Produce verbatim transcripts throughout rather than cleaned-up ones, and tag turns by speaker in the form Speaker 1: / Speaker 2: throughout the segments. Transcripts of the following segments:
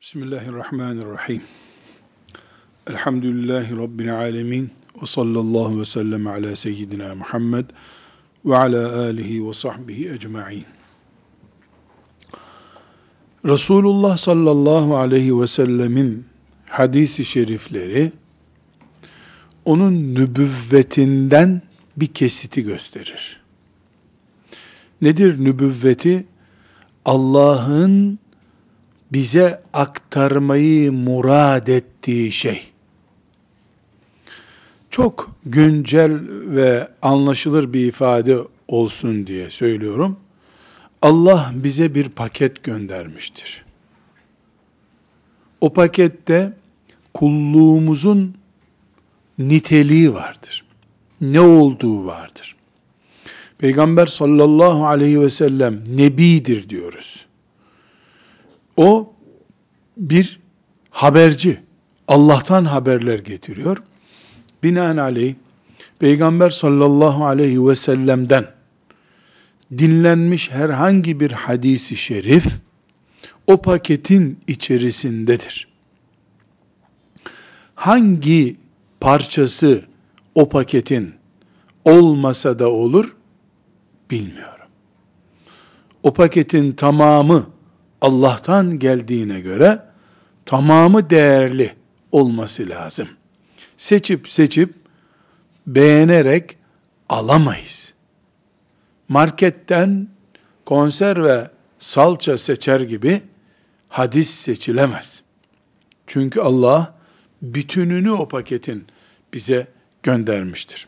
Speaker 1: Bismillahirrahmanirrahim. Elhamdülillahi Rabbil alemin. Ve sallallahu ve sellem ala seyyidina Muhammed ve ala alihi ve sahbihi ecma'in. Resulullah sallallahu aleyhi ve sellemin hadis-i şerifleri, onun nübüvvetinden bir kesiti gösterir. Nedir nübüvveti? Allah'ın bize aktarmayı murad ettiği şey. Çok güncel ve anlaşılır bir ifade olsun diye söylüyorum. Allah bize bir paket göndermiştir. O pakette kulluğumuzun niteliği vardır. Ne olduğu vardır. Peygamber sallallahu aleyhi ve sellem nebidir diyoruz. O bir haberci. Allah'tan haberler getiriyor. Binaenaleyh Peygamber sallallahu aleyhi ve sellem'den dinlenmiş herhangi bir hadisi şerif o paketin içerisindedir. Hangi parçası o paketin olmasa da olur bilmiyorum. O paketin tamamı Allah'tan geldiğine göre tamamı değerli olması lazım. Seçip seçip beğenerek alamayız. Marketten konserve salça seçer gibi hadis seçilemez. Çünkü Allah bütününü o paketin bize göndermiştir.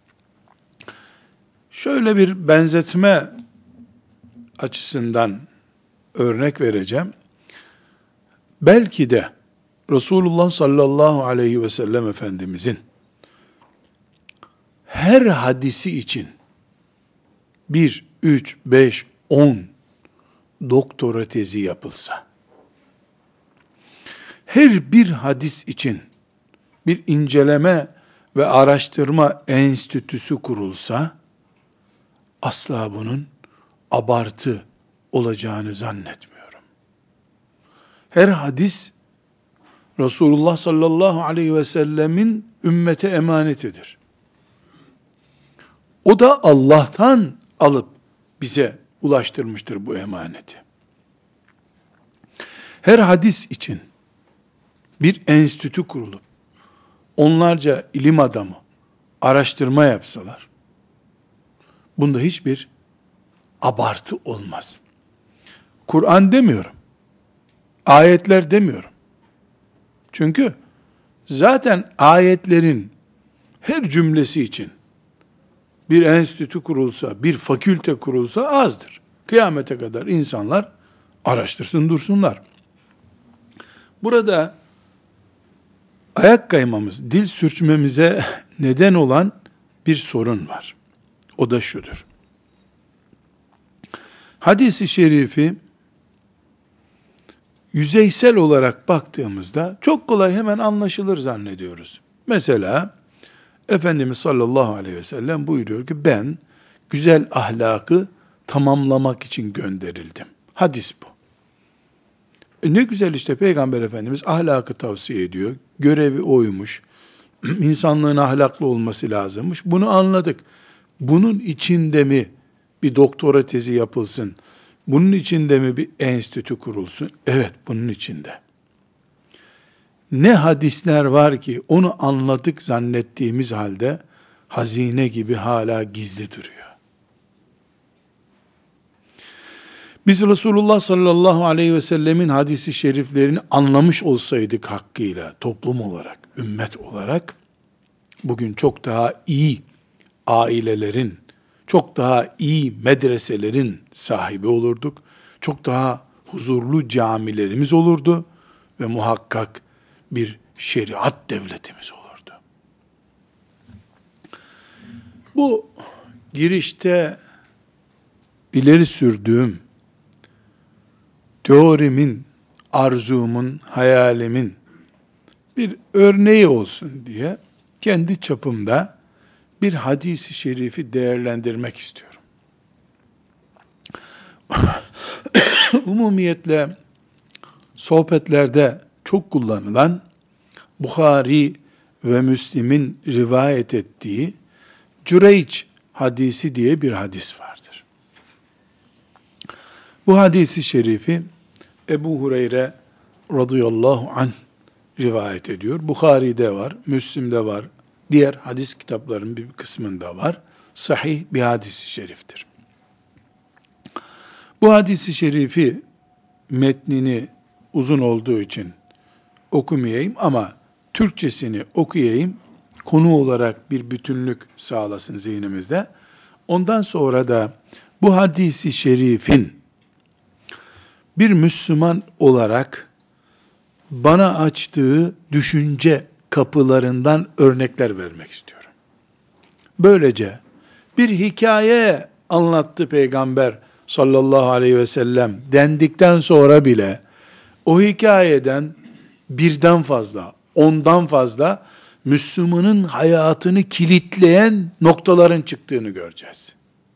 Speaker 1: Şöyle bir benzetme açısından örnek vereceğim. Belki de Resulullah sallallahu aleyhi ve sellem Efendimizin her hadisi için bir, üç, beş, on doktora tezi yapılsa, her bir hadis için bir inceleme ve araştırma enstitüsü kurulsa, asla bunun abartı olacağını zannetmiyorum. Her hadis Resulullah sallallahu aleyhi ve sellemin ümmete emanetidir. O da Allah'tan alıp bize ulaştırmıştır bu emaneti. Her hadis için bir enstitü kurulup onlarca ilim adamı araştırma yapsalar, bunda hiçbir abartı olmaz. Kur'an demiyorum. Ayetler demiyorum. Çünkü zaten ayetlerin her cümlesi için bir enstitü kurulsa, bir fakülte kurulsa azdır. Kıyamete kadar insanlar araştırsın dursunlar. Burada ayak kaymamız, dil sürçmemize neden olan bir sorun var. O da şudur. Hadis-i şerifi yüzeysel olarak baktığımızda çok kolay hemen anlaşılır zannediyoruz. Mesela Efendimiz sallallahu aleyhi ve sellem buyuruyor ki ben güzel ahlakı tamamlamak için gönderildim. Hadis bu. E ne güzel işte Peygamber Efendimiz ahlakı tavsiye ediyor. Görevi oymuş. İnsanlığın ahlaklı olması lazımmış. Bunu anladık. Bunun içinde mi bir doktora tezi yapılsın? Bunun içinde mi bir enstitü kurulsun? Evet, bunun içinde. Ne hadisler var ki onu anladık zannettiğimiz halde hazine gibi hala gizli duruyor. Biz Resulullah sallallahu aleyhi ve sellemin hadisi şeriflerini anlamış olsaydık hakkıyla toplum olarak, ümmet olarak bugün çok daha iyi ailelerin, çok daha iyi medreselerin sahibi olurduk. Çok daha huzurlu camilerimiz olurdu ve muhakkak bir şeriat devletimiz olurdu. Bu girişte ileri sürdüğüm teorimin, arzumun, hayalimin bir örneği olsun diye kendi çapımda bir hadis-i şerifi değerlendirmek istiyorum. umumiyetle sohbetlerde çok kullanılan Bukhari ve Müslim'in rivayet ettiği Cüreyç hadisi diye bir hadis vardır. Bu hadisi şerifi Ebu Hureyre radıyallahu anh rivayet ediyor. Bukhari'de var, Müslim'de var, diğer hadis kitaplarının bir kısmında var. Sahih bir hadis-i şeriftir. Bu hadis-i şerifi metnini uzun olduğu için okumayayım ama Türkçesini okuyayım. Konu olarak bir bütünlük sağlasın zihnimizde. Ondan sonra da bu hadis-i şerifin bir Müslüman olarak bana açtığı düşünce kapılarından örnekler vermek istiyorum. Böylece bir hikaye anlattı Peygamber sallallahu aleyhi ve sellem dendikten sonra bile o hikayeden birden fazla, ondan fazla Müslümanın hayatını kilitleyen noktaların çıktığını göreceğiz.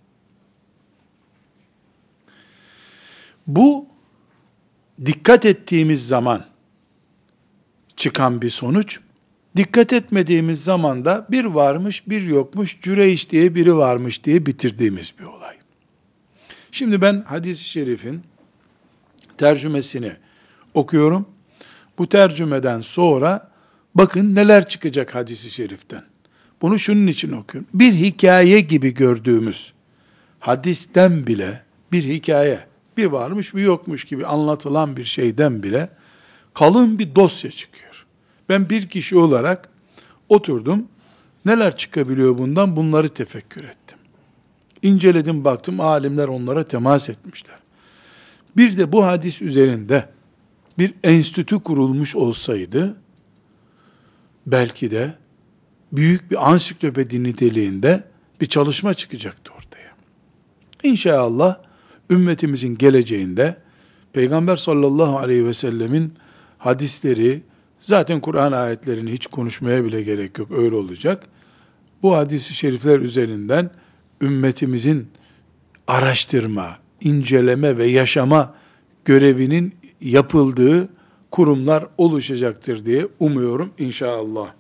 Speaker 1: Bu dikkat ettiğimiz zaman çıkan bir sonuç, dikkat etmediğimiz zaman da bir varmış bir yokmuş, Cüreyş diye biri varmış diye bitirdiğimiz bir olay. Şimdi ben hadis-i şerifin tercümesini okuyorum. Bu tercümeden sonra bakın neler çıkacak hadis-i şeriften. Bunu şunun için okuyorum. Bir hikaye gibi gördüğümüz hadisten bile bir hikaye, bir varmış bir yokmuş gibi anlatılan bir şeyden bile kalın bir dosya çıkıyor. Ben bir kişi olarak oturdum, neler çıkabiliyor bundan, bunları tefekkür ettim. İnceledim, baktım, alimler onlara temas etmişler. Bir de bu hadis üzerinde bir enstitü kurulmuş olsaydı, belki de büyük bir ansiklopedi niteliğinde bir çalışma çıkacaktı ortaya. İnşallah ümmetimizin geleceğinde Peygamber sallallahu aleyhi ve sellemin hadisleri, zaten Kur'an ayetlerini hiç konuşmaya bile gerek yok, öyle olacak. Bu hadis-i şerifler üzerinden ümmetimizin araştırma, inceleme ve yaşama görevinin yapıldığı kurumlar oluşacaktır diye umuyorum inşallah.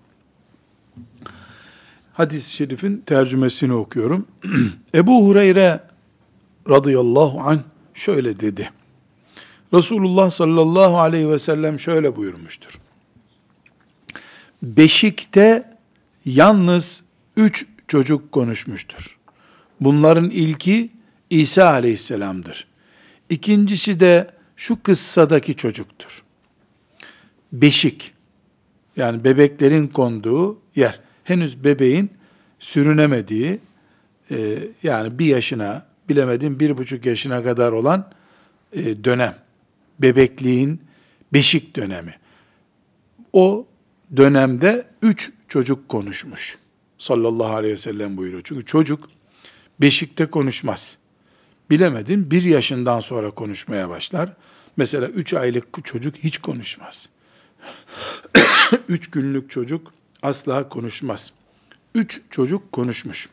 Speaker 1: Hadis-i şerifin tercümesini okuyorum. Ebu Hureyre radıyallahu anh şöyle dedi. Resulullah sallallahu aleyhi ve sellem şöyle buyurmuştur. Beşikte yalnız üç çocuk konuşmuştur. Bunların ilki İsa aleyhisselamdır. İkincisi de şu kıssadaki çocuktur. Beşik, yani bebeklerin konduğu yer, henüz bebeğin sürünemediği, e, yani bir yaşına, bilemedim bir buçuk yaşına kadar olan e, dönem, bebekliğin beşik dönemi. O dönemde üç çocuk konuşmuş. Sallallahu aleyhi ve sellem buyuruyor. Çünkü çocuk beşikte konuşmaz. Bilemedin bir yaşından sonra konuşmaya başlar. Mesela üç aylık çocuk hiç konuşmaz. Üç günlük çocuk asla konuşmaz. Üç çocuk konuşmuş.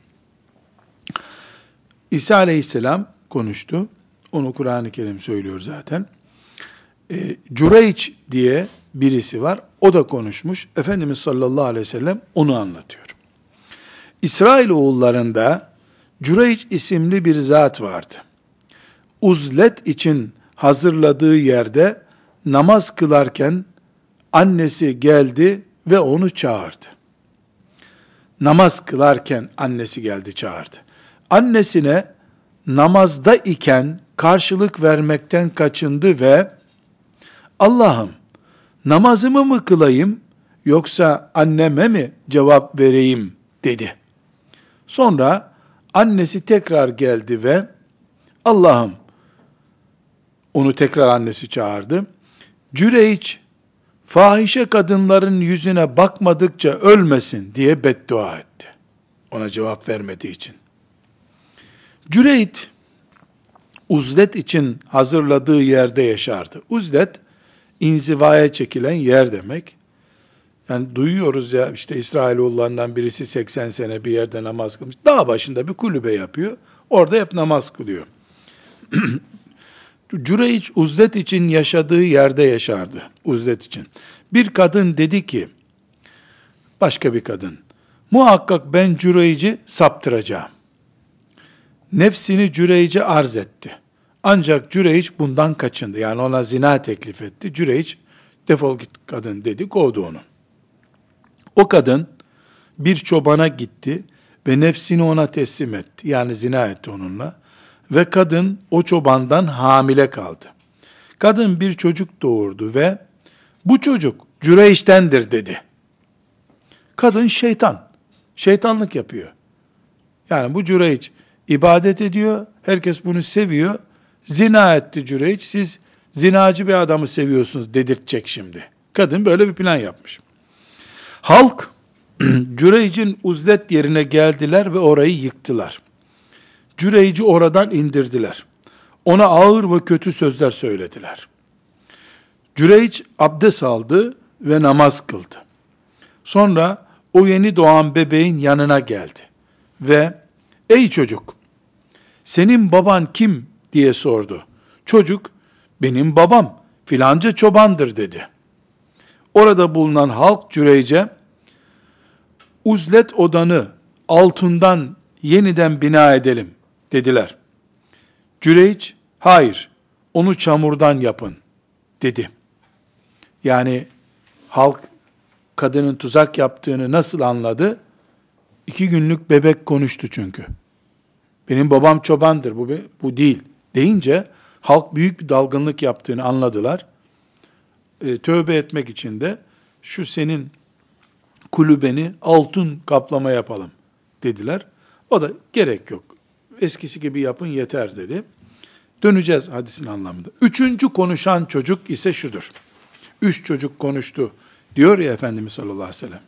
Speaker 1: İsa aleyhisselam konuştu. Onu Kur'an-ı Kerim söylüyor zaten. E, Cüreyç diye birisi var. O da konuşmuş. Efendimiz sallallahu aleyhi ve sellem onu anlatıyor. İsrail oğullarında Cüreyç isimli bir zat vardı. Uzlet için hazırladığı yerde namaz kılarken annesi geldi ve onu çağırdı. Namaz kılarken annesi geldi çağırdı. Annesine namazda iken karşılık vermekten kaçındı ve Allah'ım namazımı mı kılayım yoksa anneme mi cevap vereyim dedi. Sonra annesi tekrar geldi ve Allah'ım, onu tekrar annesi çağırdı. Cüreyç fahişe kadınların yüzüne bakmadıkça ölmesin diye beddua etti. Ona cevap vermediği için. Cüreyç uzlet için hazırladığı yerde yaşardı. Uzlet inzivaya çekilen yer demek. Yani duyuyoruz ya, işte İsrailoğullarından birisi seksen sene bir yerde namaz kılmış. Dağ başında bir kulübe yapıyor. Orada hep namaz kılıyor. Cüreyç uzlet için yaşadığı yerde yaşardı. Uzlet için. Bir kadın dedi ki, başka bir kadın, muhakkak ben Cüreyc'i saptıracağım. Nefsini Cüreyc'e arz etti. Ancak Cüreyç bundan kaçındı. Yani ona zina teklif etti. Cüreyç defol git kadın dedi, kovdu onu. O kadın bir çobana gitti ve nefsini ona teslim etti. Yani zina etti onunla. Ve kadın o çobandan hamile kaldı. Kadın bir çocuk doğurdu ve bu çocuk Cüreyç'tendir dedi. Kadın şeytan. Şeytanlık yapıyor. Yani bu Cüreyç ibadet ediyor. Herkes bunu seviyor. Zina etti Cüreyç. Siz zinacı bir adamı seviyorsunuz dedirtecek şimdi. Kadın böyle bir plan yapmış. Halk Cüreyç'in uzlet yerine geldiler ve orayı yıktılar. Cüreyç'i oradan indirdiler. Ona ağır ve kötü sözler söylediler. Cüreyç abdest aldı ve namaz kıldı. Sonra o yeni doğan bebeğin yanına geldi. Ve ey çocuk, senin baban kim diye sordu. Çocuk, benim babam filanca çobandır dedi. Orada bulunan halk Cüreyç'e, uzlet odanı altından yeniden bina edelim dediler. Cüreyç, hayır, onu çamurdan yapın dedi. Yani halk kadının tuzak yaptığını nasıl anladı? İki günlük bebek konuştu çünkü. Benim babam çobandır, bu, bu değil deyince halk büyük bir dalgınlık yaptığını anladılar. E, tövbe etmek için de şu senin kulübeni altın kaplama yapalım dediler. O da gerek yok, eskisi gibi yapın yeter dedi. Döneceğiz hadisin anlamında. Üçüncü konuşan çocuk ise şudur. Üç çocuk konuştu diyor ya Efendimiz sallallahu aleyhi ve sellem.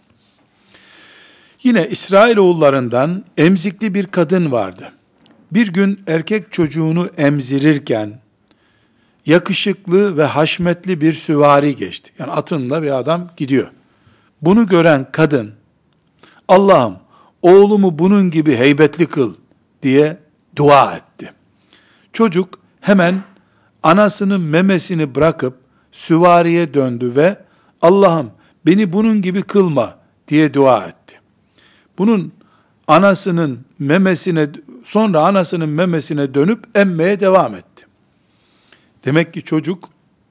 Speaker 1: Yine İsrailoğullarından emzikli bir kadın vardı. Bir gün erkek çocuğunu emzirirken yakışıklı ve haşmetli bir süvari geçti. Yani atınla bir adam gidiyor. Bunu gören kadın, Allah'ım oğlumu bunun gibi heybetli kıl diye dua etti. Çocuk hemen anasının memesini bırakıp süvariye döndü ve Allah'ım beni bunun gibi kılma diye dua etti. Bunun anasının memesine, sonra anasının memesine dönüp emmeye devam etti. Demek ki çocuk,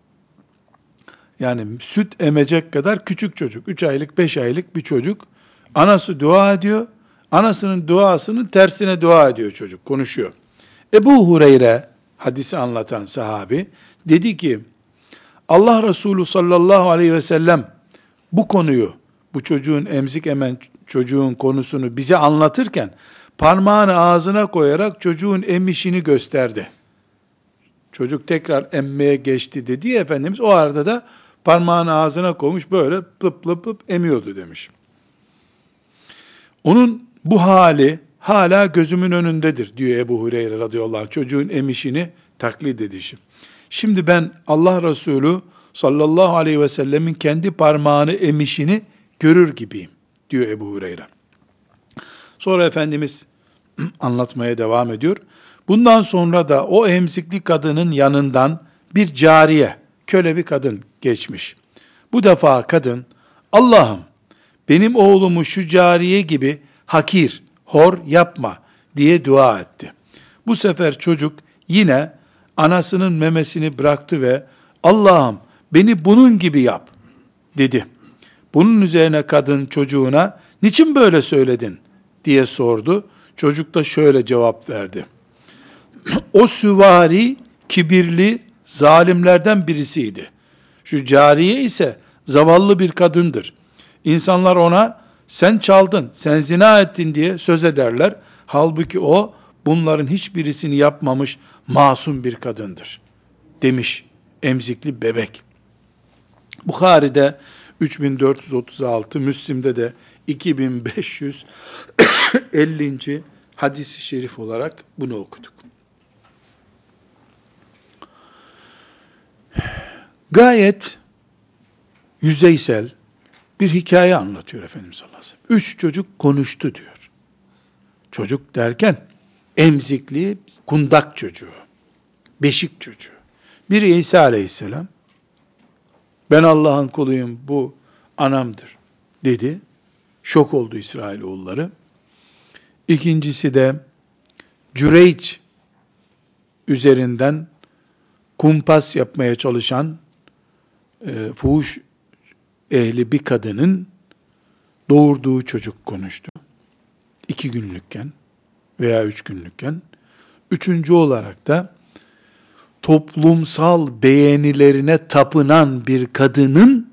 Speaker 1: yani süt emecek kadar küçük çocuk, üç aylık, beş aylık bir çocuk, anası dua ediyor, anasının duasının tersine dua ediyor çocuk, konuşuyor. Ebu Hureyre, hadisi anlatan sahabi, dedi ki, Allah Resulü sallallahu aleyhi ve sellem bu konuyu, bu çocuğun emzik emen çocuğun konusunu bize anlatırken, parmağını ağzına koyarak çocuğun emişini gösterdi. Çocuk tekrar emmeye geçti dedi ya Efendimiz, o arada da parmağını ağzına koymuş, böyle plıp plıp plıp emiyordu demiş. Onun bu hali hala gözümün önündedir diyor Ebu Hureyre radıyallahu anh, çocuğun emişini taklit edişi. Şimdi ben Allah Resulü sallallahu aleyhi ve sellemin kendi parmağını emişini görür gibiyim diyor Ebu Hureyre. Sonra Efendimiz anlatmaya devam ediyor. Bundan sonra da o emzikli kadının yanından bir cariye, köle bir kadın geçmiş. Bu defa kadın, Allah'ım benim oğlumu şu cariye gibi hakir, hor yapma diye dua etti. Bu sefer çocuk yine anasının memesini bıraktı ve Allah'ım beni bunun gibi yap dedi. Bunun üzerine kadın çocuğuna niçin böyle söyledin diye sordu. Çocuk da şöyle cevap verdi. O süvari kibirli zalimlerden birisiydi. Şu cariye ise zavallı bir kadındır. İnsanlar ona sen çaldın, sen zina ettin diye söz ederler. Halbuki o bunların hiçbirisini yapmamış masum bir kadındır demiş emzikli bebek. Bukhari'de üç bin dört yüz otuz altı, Müslim'de de iki bin beş yüz ellinci hadis-i şerif olarak bunu okuduk. Gayet yüzeysel bir hikaye anlatıyor Efendimiz sallallahu aleyhi ve sellem. Üç çocuk konuştu diyor. Çocuk derken emzikli kundak çocuğu, beşik çocuğu. Biri İsa aleyhisselam, ben Allah'ın kuluyum, bu anamdır dedi. Şok oldu İsrailoğulları. İkincisi de Cüreyç üzerinden kumpas yapmaya çalışan e, fuhuş ehli bir kadının doğurduğu çocuk konuştu. İki günlükken veya üç günlükken. Üçüncü olarak da toplumsal beğenilerine tapınan bir kadının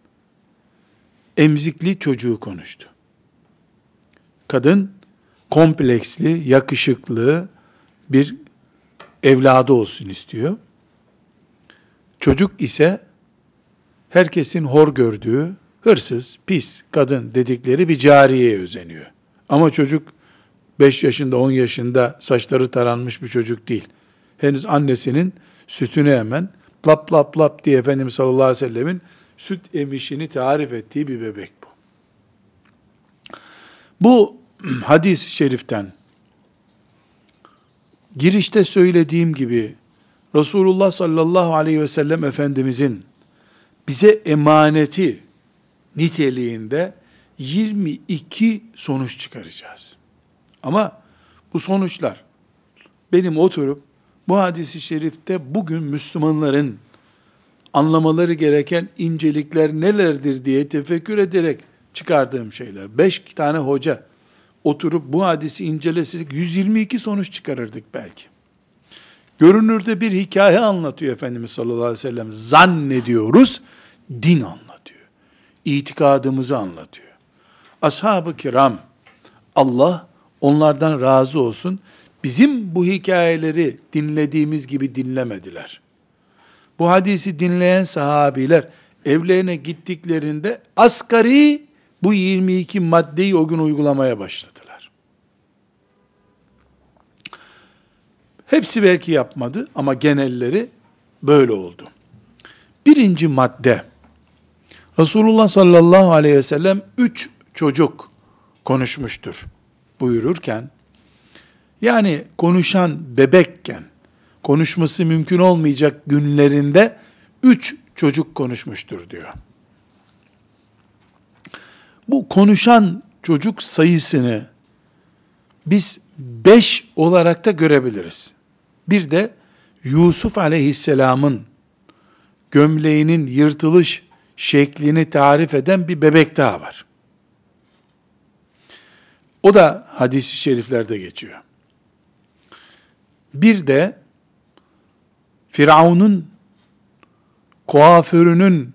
Speaker 1: emzikli çocuğu konuştu. Kadın kompleksli, yakışıklı bir evladı olsun istiyor. Çocuk ise herkesin hor gördüğü, hırsız, pis kadın dedikleri bir cariyeye özeniyor. Ama çocuk beş yaşında, on yaşında saçları taranmış bir çocuk değil. Henüz annesinin sütünü emen, lap lap lap diye Efendimiz sallallahu aleyhi ve sellemin süt emişini tarif ettiği bir bebek bu. Bu hadis-i şeriften girişte söylediğim gibi Resulullah sallallahu aleyhi ve sellem Efendimizin bize emaneti niteliğinde yirmi iki sonuç çıkaracağız. Ama bu sonuçlar benim oturup bu hadis-i şerifte bugün Müslümanların anlamaları gereken incelikler nelerdir diye tefekkür ederek çıkardığım şeyler. Beş tane hoca oturup bu hadisi incelesek yüz yirmi iki sonuç çıkarırdık belki. Görünürde bir hikaye anlatıyor Efendimiz sallallahu aleyhi ve sellem. Zannediyoruz, din anlatıyor. İtikadımızı anlatıyor. Ashab-ı kiram, Allah onlardan razı olsun, bizim bu hikayeleri dinlediğimiz gibi dinlemediler. Bu hadisi dinleyen sahabiler evlerine gittiklerinde asgari bu yirmi iki maddeyi o gün uygulamaya başladılar. Hepsi belki yapmadı ama genelleri böyle oldu. Birinci madde, Resulullah sallallahu aleyhi ve sellem üç çocuk konuşmuştur buyururken, yani konuşan bebekken, konuşması mümkün olmayacak günlerinde üç çocuk konuşmuştur diyor. Bu konuşan çocuk sayısını biz beş olarak da görebiliriz. Bir de Yusuf aleyhisselamın gömleğinin yırtılış şeklini tarif eden bir bebek daha var. O da hadis-i şeriflerde geçiyor. Bir de Firavun'un kuaförünün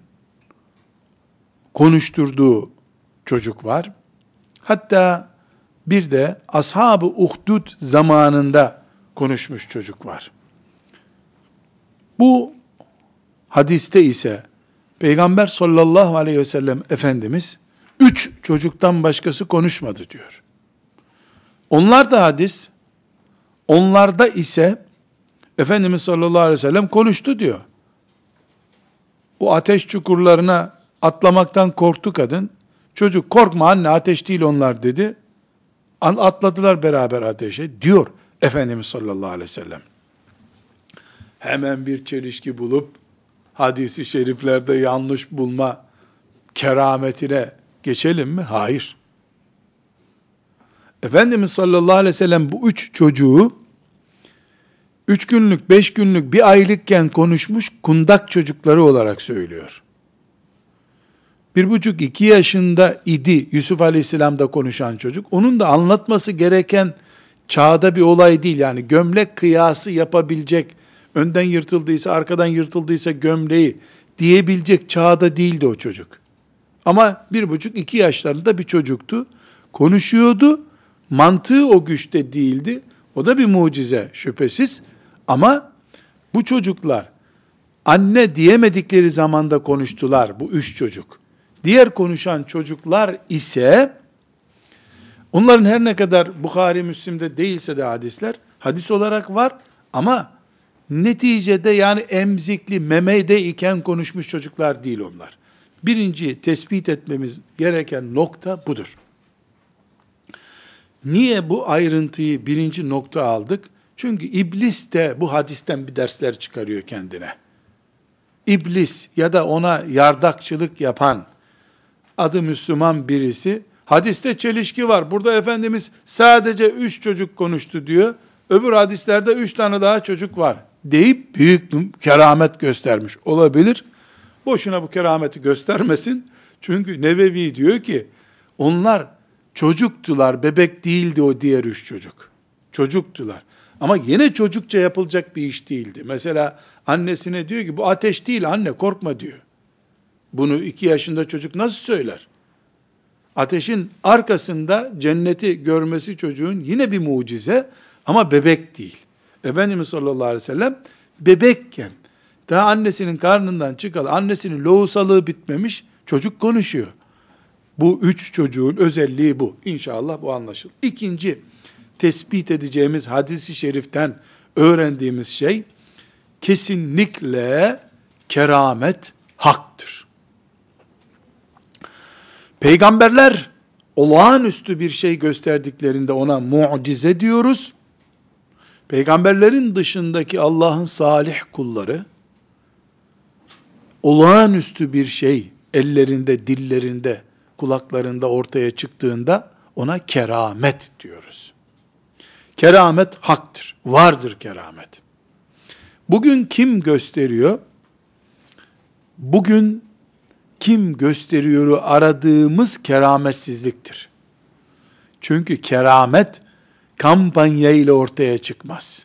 Speaker 1: konuşturduğu çocuk var. Hatta bir de Ashab-ı Uhdud zamanında konuşmuş çocuk var. Bu hadiste ise Peygamber sallallahu aleyhi ve sellem Efendimiz üç çocuktan başkası konuşmadı diyor. Onlar da hadis, onlarda ise Efendimiz sallallahu aleyhi ve sellem konuştu diyor. O ateş çukurlarına atlamaktan korktu kadın. Çocuk korkma anne ateş değil onlar dedi. Atladılar beraber ateşe diyor Efendimiz sallallahu aleyhi ve sellem. Hemen bir çelişki bulup hadisi şeriflerde yanlış bulma kerametine geçelim mi? Hayır. Efendimiz sallallahu aleyhi ve sellem bu üç çocuğu üç günlük, beş günlük, bir aylıkken konuşmuş kundak çocukları olarak söylüyor. Bir buçuk, iki yaşında idi Yusuf aleyhisselam'da konuşan çocuk. Onun da anlatması gereken çağda bir olay değil. Yani gömlek kıyası yapabilecek, önden yırtıldıysa, arkadan yırtıldıysa gömleği diyebilecek çağda değildi o çocuk. Ama bir buçuk, iki yaşlarında bir çocuktu. Konuşuyordu. Mantığı o güçte değildi. O da bir mucize şüphesiz. Ama bu çocuklar anne diyemedikleri zamanda konuştular bu üç çocuk. Diğer konuşan çocuklar ise onların her ne kadar Bukhari Müslim'de değilse de hadisler hadis olarak var ama neticede yani emzikli memede iken konuşmuş çocuklar değil onlar. Birinci tespit etmemiz gereken nokta budur. Niye bu ayrıntıyı birinci nokta aldık? Çünkü iblis de bu hadisten bir dersler çıkarıyor kendine. iblis ya da ona yardakçılık yapan adı Müslüman birisi, hadiste çelişki var, burada Efendimiz sadece üç çocuk konuştu diyor, öbür hadislerde üç tane daha çocuk var deyip büyük bir keramet göstermiş olabilir. Boşuna bu kerameti göstermesin. Çünkü Nevevi diyor ki, onlar çocuktular, bebek değildi o diğer üç çocuk. Çocuktular. Ama yine çocukça yapılacak bir iş değildi. Mesela annesine diyor ki, bu ateş değil anne, korkma diyor. Bunu iki yaşında çocuk nasıl söyler? Ateşin arkasında cenneti görmesi çocuğun yine bir mucize ama bebek değil. Efendimiz sallallahu aleyhi ve sellem bebekken, daha annesinin karnından çıkalı, annesinin lohusalığı bitmemiş, çocuk konuşuyor. Bu üç çocuğun özelliği bu. İnşallah bu anlaşılır. İkinci tespit edeceğimiz hadis-i şeriften öğrendiğimiz şey, kesinlikle keramet haktır. Peygamberler olağanüstü bir şey gösterdiklerinde ona mucize diyoruz. Peygamberlerin dışındaki Allah'ın salih kulları olağanüstü bir şey ellerinde, dillerinde, kulaklarında ortaya çıktığında ona keramet diyoruz. Keramet haktır. Vardır keramet. Bugün kim gösteriyor? Bugün kim gösteriyoru aradığımız kerametsizliktir. Çünkü keramet kampanya ile ortaya çıkmaz.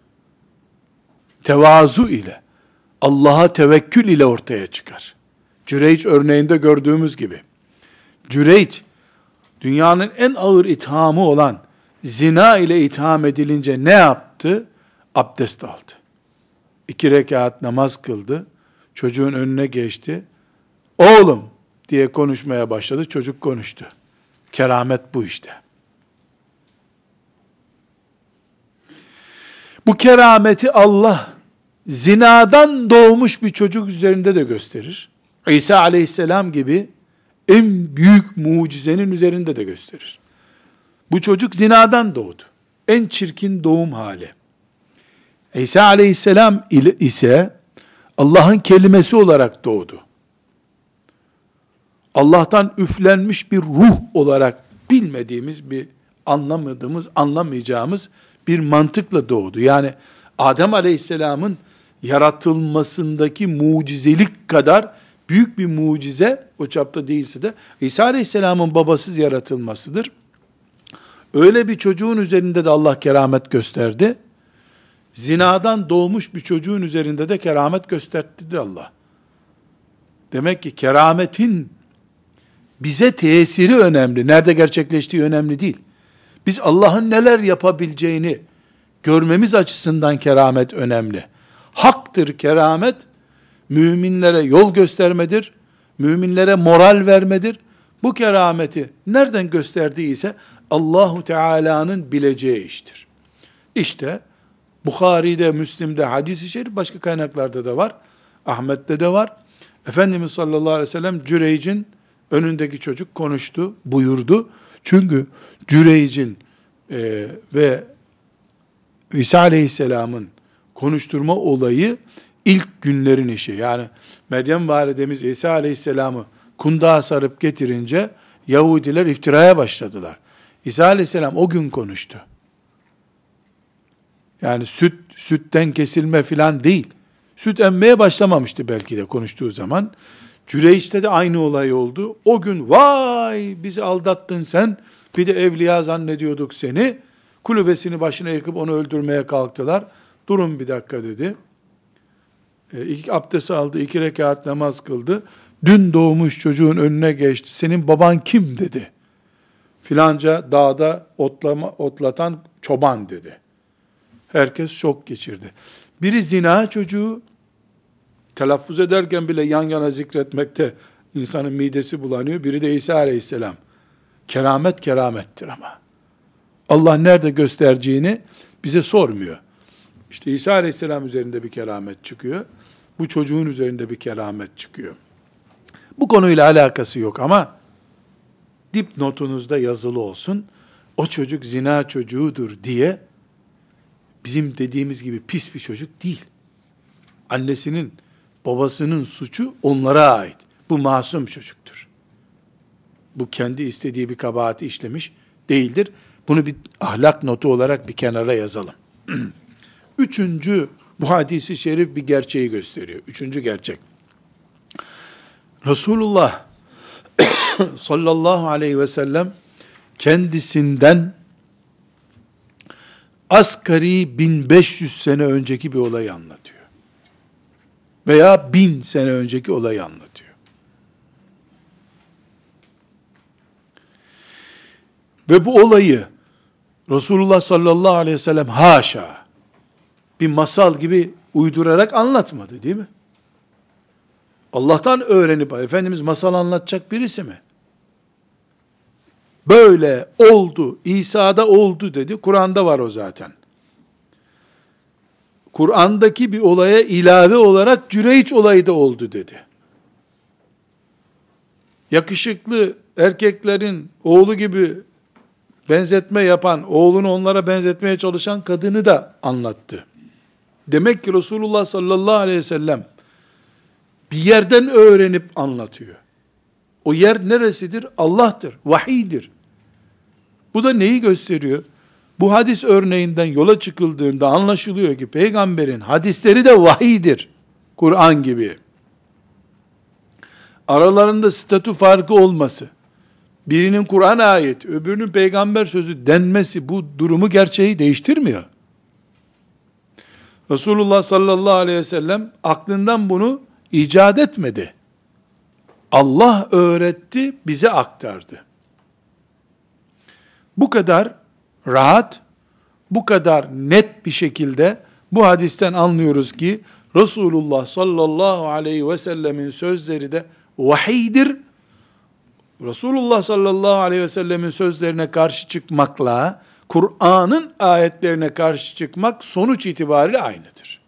Speaker 1: Tevazu ile, Allah'a tevekkül ile ortaya çıkar. Cüreyç örneğinde gördüğümüz gibi. Cüreyç, dünyanın en ağır ithamı olan zina ile itham edilince ne yaptı? Abdest aldı. İki rekat namaz kıldı. Çocuğun önüne geçti. Oğlum diye konuşmaya başladı. Çocuk konuştu. Keramet bu işte. Bu kerameti Allah zinadan doğmuş bir çocuk üzerinde de gösterir. İsa aleyhisselam gibi en büyük mucizenin üzerinde de gösterir. Bu çocuk zinadan doğdu. En çirkin doğum hali. İsa aleyhisselam ise Allah'ın kelimesi olarak doğdu. Allah'tan üflenmiş bir ruh olarak bilmediğimiz bir, anlamadığımız, anlamayacağımız bir mantıkla doğdu. Yani Adem aleyhisselamın yaratılmasındaki mucizelik kadar büyük bir mucize, o çapta değilse de İsa aleyhisselamın babasız yaratılmasıdır. Öyle bir çocuğun üzerinde de Allah keramet gösterdi. Zinadan doğmuş bir çocuğun üzerinde de keramet gösterdi de Allah. Demek ki kerametin bize tesiri önemli. Nerede gerçekleştiği önemli değil. Biz Allah'ın neler yapabileceğini görmemiz açısından keramet önemli. Haktır keramet, müminlere yol göstermedir, müminlere moral vermedir. Bu kerameti nereden gösterdiyse Allahu Teala'nın bileceği iştir. İşte Bukhari'de, Müslim'de hadis-i şerif, başka kaynaklarda da var. Ahmet'te de var. Efendimiz sallallahu aleyhi ve sellem Cüreyc'in önündeki çocuk konuştu, buyurdu. Çünkü Cüreyc'in e, ve İsa aleyhisselamın konuşturma olayı ilk günlerin işi. Yani Meryem validemiz İsa aleyhisselamı kundağa sarıp getirince Yahudiler iftiraya başladılar. İsa aleyhisselam o gün konuştu. Yani süt, sütten kesilme filan değil. Süt emmeye başlamamıştı belki de konuştuğu zaman. Cüreyç'te de aynı olay oldu. O gün vay bizi aldattın sen, bir de evliya zannediyorduk seni. Kulübesini başına yıkıp onu öldürmeye kalktılar. Durun bir dakika dedi. E, ilk abdest aldı, iki rekat namaz kıldı. Dün doğmuş çocuğun önüne geçti. Senin baban kim dedi. Filanca dağda otlama, otlatan çoban dedi. Herkes şok geçirdi. Biri zina çocuğu, telaffuz ederken bile yan yana zikretmekte insanın midesi bulanıyor. Biri de İsa aleyhisselam. Keramet keramettir ama. Allah nerede göstereceğini bize sormuyor. İşte İsa aleyhisselam üzerinde bir keramet çıkıyor. Bu çocuğun üzerinde bir keramet çıkıyor. Bu konuyla alakası yok ama dipnotunuzda yazılı olsun. O çocuk zina çocuğudur diye bizim dediğimiz gibi pis bir çocuk değil. Annesinin Babasının suçu onlara ait. Bu masum çocuktur. Bu kendi istediği bir kabahati işlemiş değildir. Bunu bir ahlak notu olarak bir kenara yazalım. Üçüncü, bu hadisi şerif bir gerçeği gösteriyor. Üçüncü gerçek. Resulullah sallallahu aleyhi ve sellem kendisinden asgari bin beş yüz sene önceki bir olayı anlatıyor. Veya bin sene önceki olayı anlatıyor. Ve bu olayı Resulullah sallallahu aleyhi ve sellem haşa bir masal gibi uydurarak anlatmadı, değil mi? Allah'tan öğrenip Efendimiz masal anlatacak birisi mi? Böyle oldu, İsa'da oldu dedi. Kur'an'da var o zaten. Kur'an'daki bir olaya ilave olarak Cüreyç olayı da oldu dedi. Yakışıklı erkeklerin oğlu gibi benzetme yapan, oğlunu onlara benzetmeye çalışan kadını da anlattı. Demek ki Resulullah sallallahu aleyhi ve sellem bir yerden öğrenip anlatıyor. O yer neresidir? Allah'tır, vahiydir. Bu da neyi gösteriyor? Bu hadis örneğinden yola çıkıldığında anlaşılıyor ki peygamberin hadisleri de vahiydir. Kur'an gibi. Aralarında statü farkı olması, birinin Kur'an ayeti, öbürünün peygamber sözü denmesi bu durumu, gerçeği değiştirmiyor. Resulullah sallallahu aleyhi ve sellem aklından bunu icat etmedi. Allah öğretti, bize aktardı. Bu kadar rahat, bu kadar net bir şekilde bu hadisten anlıyoruz ki Resulullah sallallahu aleyhi ve sellemin sözleri de vahiydir. Resulullah sallallahu aleyhi ve sellemin sözlerine karşı çıkmakla Kur'an'ın ayetlerine karşı çıkmak sonuç itibariyle aynıdır.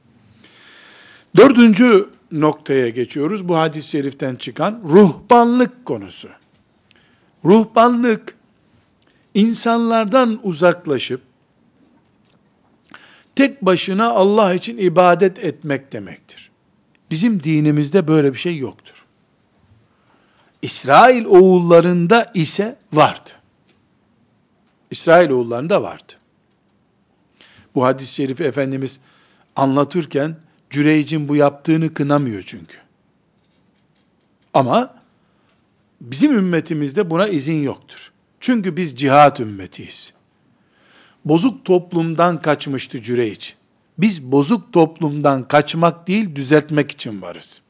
Speaker 1: Dördüncü noktaya geçiyoruz. Bu hadis-i şeriften çıkan ruhbanlık konusu. Ruhbanlık, insanlardan uzaklaşıp tek başına Allah için ibadet etmek demektir. Bizim dinimizde böyle bir şey yoktur. İsrail oğullarında ise vardı. İsrail oğullarında vardı. Bu hadis-i şerifi Efendimiz anlatırken Cüreyc'in bu yaptığını kınamıyor çünkü. Ama bizim ümmetimizde buna izin yoktur. Çünkü biz cihat ümmetiyiz. Bozuk toplumdan kaçmıştı Cüreyc. Biz bozuk toplumdan kaçmak değil, düzeltmek için varız.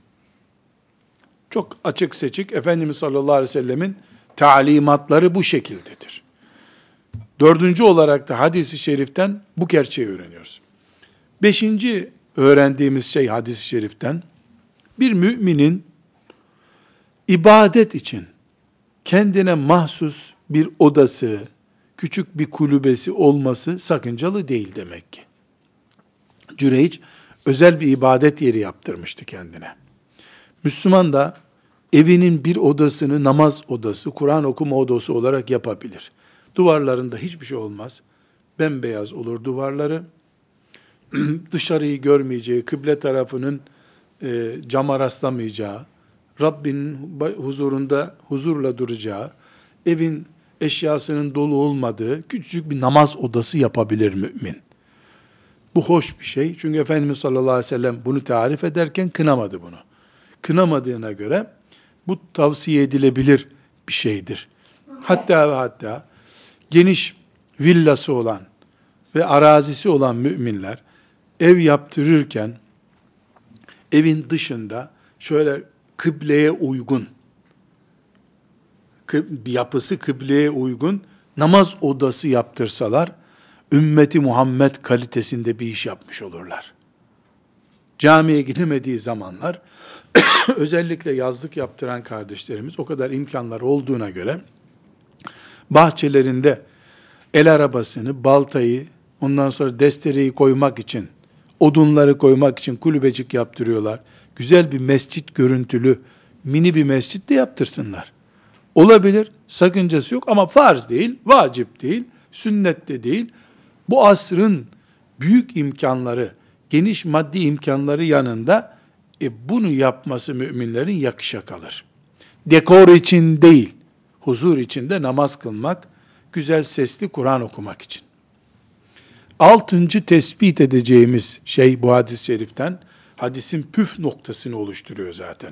Speaker 1: Çok açık seçik Efendimiz sallallahu aleyhi ve sellemin talimatları bu şekildedir. Dördüncü olarak da hadis-i şeriften bu gerçeği öğreniyoruz. Beşinci öğrendiğimiz şey hadis-i şeriften, bir müminin ibadet için kendine mahsus bir odası, küçük bir kulübesi olması sakıncalı değil demek ki. Cüreyc özel bir ibadet yeri yaptırmıştı kendine. Müslüman da evinin bir odasını namaz odası, Kur'an okuma odası olarak yapabilir. Duvarlarında hiçbir şey olmaz. Bembeyaz olur duvarları. Dışarıyı görmeyeceği, kıble tarafının e, cama rastlamayacağı, Rabbinin huzurunda huzurla duracağı, evin eşyasının dolu olmadığı küçücük bir namaz odası yapabilir mümin. Bu hoş bir şey. Çünkü Efendimiz sallallahu aleyhi ve sellem bunu tarif ederken kınamadı bunu. Kınamadığına göre bu tavsiye edilebilir bir şeydir. Hatta ve hatta geniş villası olan ve arazisi olan müminler ev yaptırırken evin dışında şöyle kıbleye uygun, yapısı kıbleye uygun namaz odası yaptırsalar, ümmeti Muhammed kalitesinde bir iş yapmış olurlar. Camiye gidemediği zamanlar, özellikle yazlık yaptıran kardeşlerimiz, o kadar imkanlar olduğuna göre, bahçelerinde el arabasını, baltayı, ondan sonra destereyi koymak için, odunları koymak için kulübecik yaptırıyorlar. Güzel bir mescit görüntülü, mini bir mescit de yaptırsınlar. Olabilir, sakıncası yok ama farz değil, vacip değil, sünnet de değil. Bu asrın büyük imkanları, geniş maddi imkanları yanında E bunu yapması müminlerin yakışa kalır. Dekor için değil, huzur içinde namaz kılmak, güzel sesli Kur'an okumak için. Altıncı tespit edeceğimiz şey bu hadis-i şeriften, hadisin püf noktasını oluşturuyor zaten.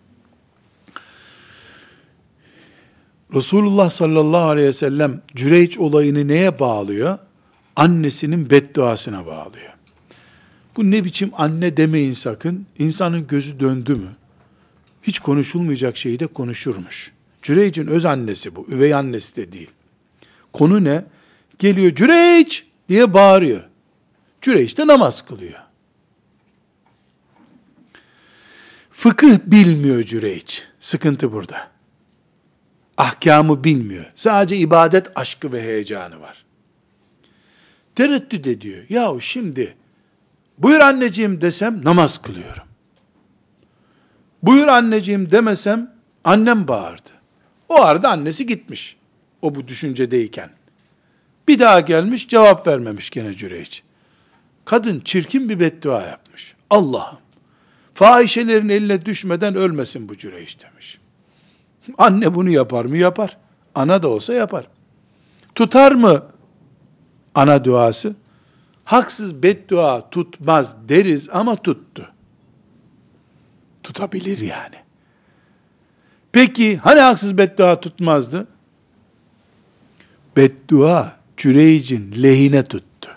Speaker 1: Resulullah sallallahu aleyhi ve sellem Cüreyç olayını neye bağlıyor? Annesinin bedduasına bağlıyor. Bu ne biçim anne demeyin sakın. İnsanın gözü döndü mü? Hiç konuşulmayacak şeyi de konuşurmuş. Cüreyç'in öz annesi bu. Üvey annesi de değil. Konu ne? Geliyor Cüreyç diye bağırıyor. Cüreyç de namaz kılıyor. Fıkıh bilmiyor Cüreyç. Sıkıntı burada. Ahkamı bilmiyor. Sadece ibadet aşkı ve heyecanı var. Tereddüt ediyor. Yahu şimdi buyur anneciğim desem namaz kılıyorum. Buyur anneciğim demesem annem bağırdı. O arada annesi gitmiş. O bu düşüncedeyken. Bir daha gelmiş cevap vermemiş gene Cüreyç. Kadın çirkin bir beddua yapmış. Allah'ım fahişelerin eline düşmeden ölmesin bu Cüreyç demiş. Anne bunu yapar mı? Yapar. Ana da olsa yapar. Tutar mı ana duası? Haksız beddua tutmaz deriz ama tuttu. Tutabilir yani. Peki hani haksız beddua tutmazdı? Beddua Cüreyc'in lehine tuttu.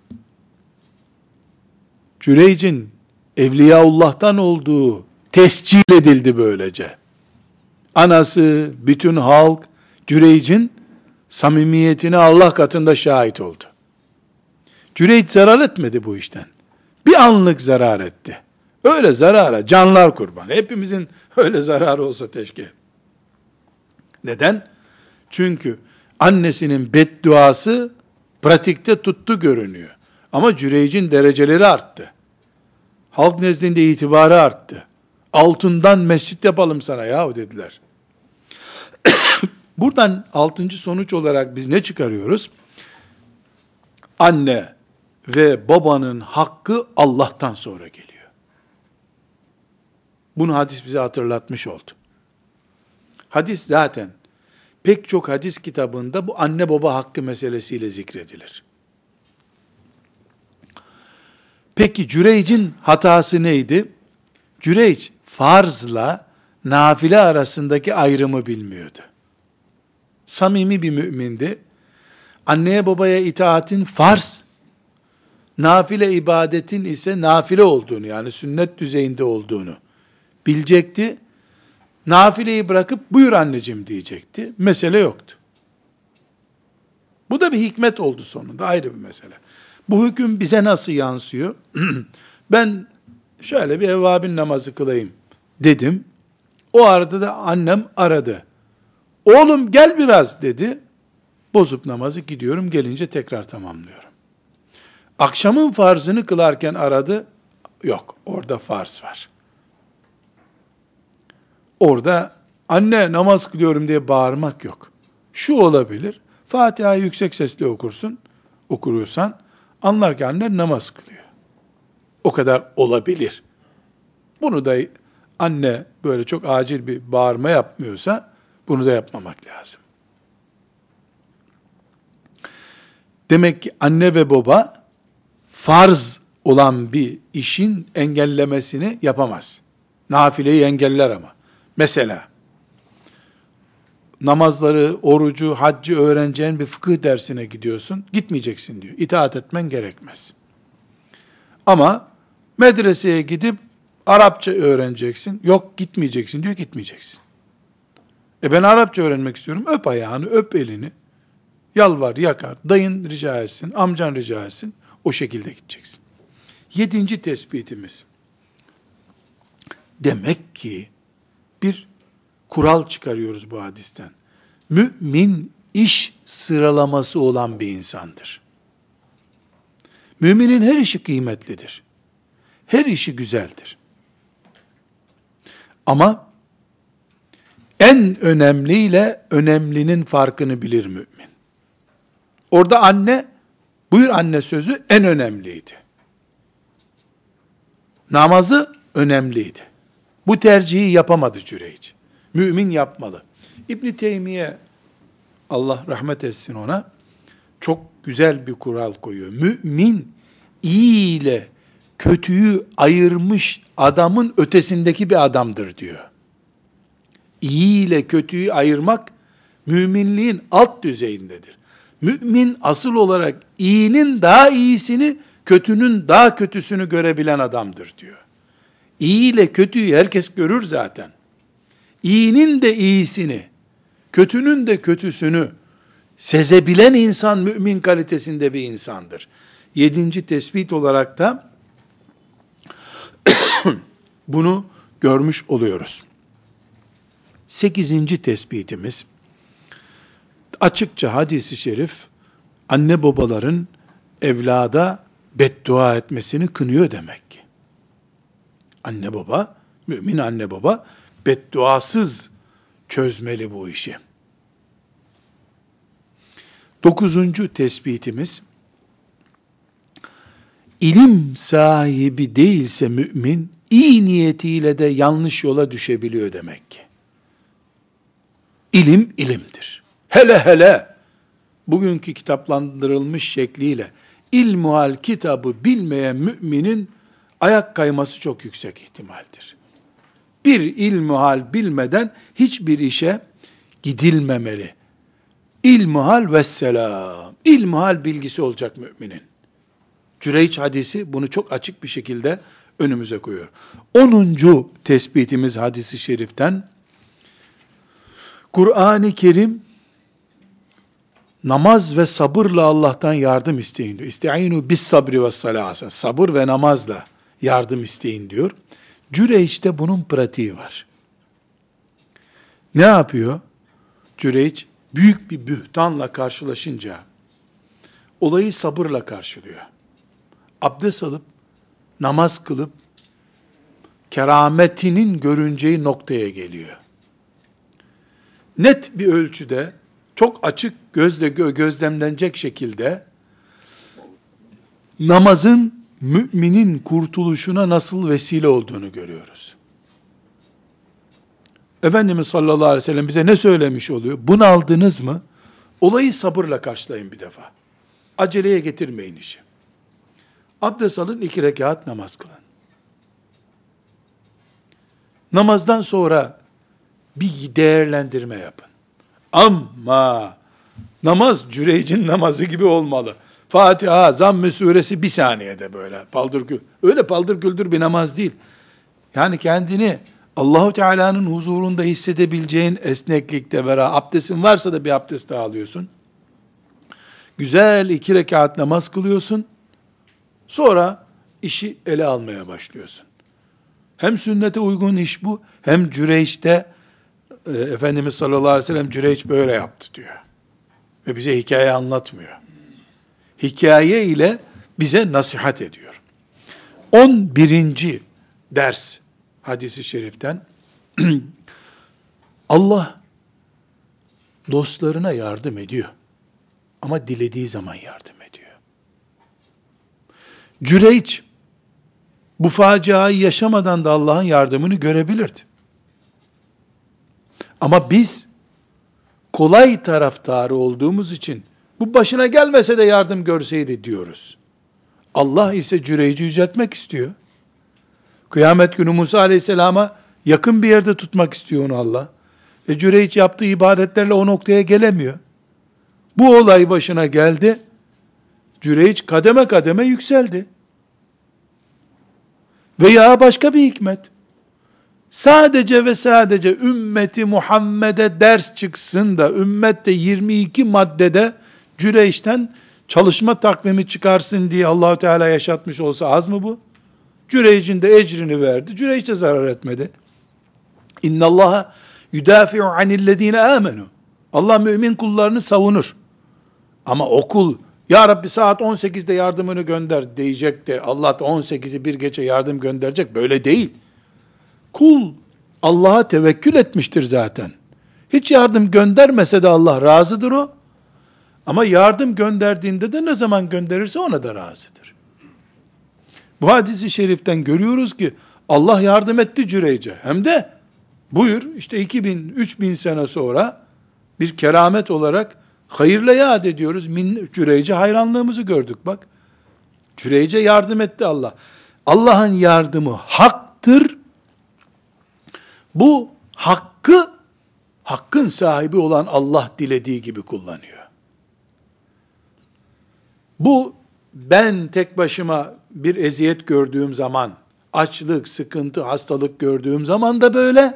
Speaker 1: Cüreyc'in Evliyaullah'tan olduğu tescil edildi böylece. Anası, bütün halk Cüreyc'in samimiyetine Allah katında şahit oldu. Cüreyc zarar etmedi bu işten. Bir anlık zarar etti. Öyle zarara canlar kurban. Hepimizin öyle zararı olsa keşke. Neden? Çünkü annesinin bedduası pratikte tuttu görünüyor. Ama Cüreyc'in dereceleri arttı. Halk nezdinde itibarı arttı. Altından mescit yapalım sana yahu dediler. Buradan altıncı sonuç olarak biz ne çıkarıyoruz? Anne ve babanın hakkı Allah'tan sonra geliyor. Bunu hadis bize hatırlatmış oldu. Hadis zaten pek çok hadis kitabında bu anne baba hakkı meselesiyle zikredilir. Peki Cüreyc'in hatası neydi? Cüreyc farzla nafile arasındaki ayrımı bilmiyordu. Samimi bir mümindi. Anneye babaya itaatin farz, nafile ibadetin ise nafile olduğunu, yani sünnet düzeyinde olduğunu bilecekti. Nafileyi bırakıp buyur anneciğim diyecekti. Mesele yoktu. Bu da bir hikmet oldu sonunda, ayrı bir mesele. Bu hüküm bize nasıl yansıyor? Ben şöyle bir evvabin namazı kılayım dedim. O arada da annem aradı. Oğlum gel biraz dedi. Bozup namazı gidiyorum, gelince tekrar tamamlıyorum. Akşamın farzını kılarken aradı. Yok, orada farz var. Orada anne namaz kılıyorum diye bağırmak yok. Şu olabilir. Fatiha'yı yüksek sesle okursun. Okuruyorsan anlar ki anne namaz kılıyor. O kadar olabilir. Bunu da anne böyle çok acil bir bağırma yapmıyorsa bunu da yapmamak lazım. Demek ki anne ve baba farz olan bir işin engellemesini yapamaz. Nafileyi engeller ama. Mesela namazları, orucu, haccı öğreneceğin bir fıkıh dersine gidiyorsun. Gitmeyeceksin diyor. İtaat etmen gerekmez. Ama medreseye gidip Arapça öğreneceksin. Yok gitmeyeceksin diyor, gitmeyeceksin. E ben Arapça öğrenmek istiyorum. Öp ayağını, öp elini. Yalvar, yakar. Dayın rica etsin, amcan rica etsin. O şekilde gideceksin. Yedinci tespitimiz. Demek ki bir kural çıkarıyoruz bu hadisten. Mümin iş sıralaması olan bir insandır. Müminin her işi kıymetlidir. Her işi güzeldir. Ama en önemliyle önemlinin farkını bilir mümin. Orada anne, buyur anne sözü en önemliydi. Namazı önemliydi. Bu tercihi yapamadı Cüreyç. Mümin yapmalı. İbn Teymiye, Allah rahmet etsin ona, çok güzel bir kural koyuyor. Mümin iyi ile kötüyü ayırmış adamın ötesindeki bir adamdır diyor. İyi ile kötüyü ayırmak müminliğin alt düzeyindedir. Mümin asıl olarak iyinin daha iyisini, kötünün daha kötüsünü görebilen adamdır diyor. İyi ile kötüyü herkes görür zaten. İyinin de iyisini, kötünün de kötüsünü sezebilen insan mümin kalitesinde bir insandır. Yedinci tespit olarak da bunu görmüş oluyoruz. Sekizinci tespitimiz, açıkça hadis-i şerif, anne babaların evlada beddua etmesini kınıyor demek ki. Anne baba, mümin anne baba, bedduasız çözmeli bu işi. Dokuzuncu tespitimiz, ilim sahibi değilse mümin, iyi niyetiyle de yanlış yola düşebiliyor demek ki. İlim ilimdir. Hele hele bugünkü kitaplandırılmış şekliyle ilmuhal kitabı bilmeyen müminin ayak kayması çok yüksek ihtimaldir. Bir ilmuhal bilmeden hiçbir işe gidilmemeli. İlmuhal vesselam. İlmuhal bilgisi olacak müminin. Cüreyç hadisi bunu çok açık bir şekilde önümüze koyuyor. Onuncu tespitimiz hadisi şeriften, Kur'an-ı Kerim namaz ve sabırla Allah'tan yardım isteyin diyor. İste'inu bis sabri ve salasa. Sabır ve namazla yardım isteyin diyor. Cüreyç'te bunun pratiği var. Ne yapıyor? Cüreyç büyük bir bühtanla karşılaşınca olayı sabırla karşılıyor. Abdest alıp namaz kılıp kerametinin görüneceği noktaya geliyor. Net bir ölçüde, çok açık gözle gözlemlenecek şekilde namazın müminin kurtuluşuna nasıl vesile olduğunu görüyoruz. Efendimiz sallallahu aleyhi ve sellem bize ne söylemiş oluyor? Bunu aldınız mı? Olayı sabırla karşılayın bir defa. Aceleye getirmeyin işi. Abdest alın, iki rekat namaz kılın. Namazdan sonra bir değerlendirme yapın. Ama namaz Cüreyc'in namazı gibi olmalı. Fatiha, Zamm-ı suresi bir saniyede böyle paldır küldür. Öyle paldır küldür bir namaz değil. Yani kendini Allahu Teala'nın huzurunda hissedebileceğin esneklikte vera, abdestin varsa da bir abdest daha alıyorsun. Güzel iki rekat namaz kılıyorsun. Sonra işi ele almaya başlıyorsun. Hem sünnete uygun iş bu, hem Cüreyç'te e, Efendimiz sallallahu aleyhi ve sellem Cüreyç böyle yaptı diyor. Ve bize hikaye anlatmıyor. Hikaye ile bize nasihat ediyor. On birinci ders hadisi şeriften, Allah dostlarına yardım ediyor. Ama dilediği zaman yardım ediyor. Cüreyç, bu faciayı yaşamadan da Allah'ın yardımını görebilirdi. Ama biz, kolay taraftarı olduğumuz için, bu başına gelmese de yardım görseydi diyoruz. Allah ise Cüreyc'i yüceltmek istiyor. Kıyamet günü Musa aleyhisselama yakın bir yerde tutmak istiyor onu Allah. E Cüreyç yaptığı ibadetlerle o noktaya gelemiyor. Bu olay başına geldi. Cüreyç kademe kademe yükseldi. Veya başka bir hikmet. Sadece ve sadece ümmeti Muhammed'e ders çıksın da ümmette yirmi iki maddede Cüreyç'ten çalışma takvimi çıkarsın diye Allahu Teala yaşatmış olsa az mı bu? Cüreyç'in de ecrini verdi. Cüreyç de zarar etmedi. İnna Allaha yudafi'u anillezine amenu. Allah mümin kullarını savunur. Ama o kul, ya Rabbi saat on sekizde yardımını gönder diyecek de Allah da on sekizi bir gece yardım gönderecek. Böyle değil. Kul Allah'a tevekkül etmiştir zaten. Hiç yardım göndermese de Allah razıdır o. Ama yardım gönderdiğinde de ne zaman gönderirse ona da razıdır. Bu hadisi şeriften görüyoruz ki Allah yardım etti Cüreyc'e. Hem de buyur işte iki bin, üç bin sene sonra bir keramet olarak hayırla yad ediyoruz. Min, Cüreyc'e hayranlığımızı gördük bak. Cüreyc'e yardım etti Allah. Allah'ın yardımı haktır. Bu hakkı, hakkın sahibi olan Allah dilediği gibi kullanıyor. Bu ben tek başıma bir eziyet gördüğüm zaman, açlık, sıkıntı, hastalık gördüğüm zaman da böyle,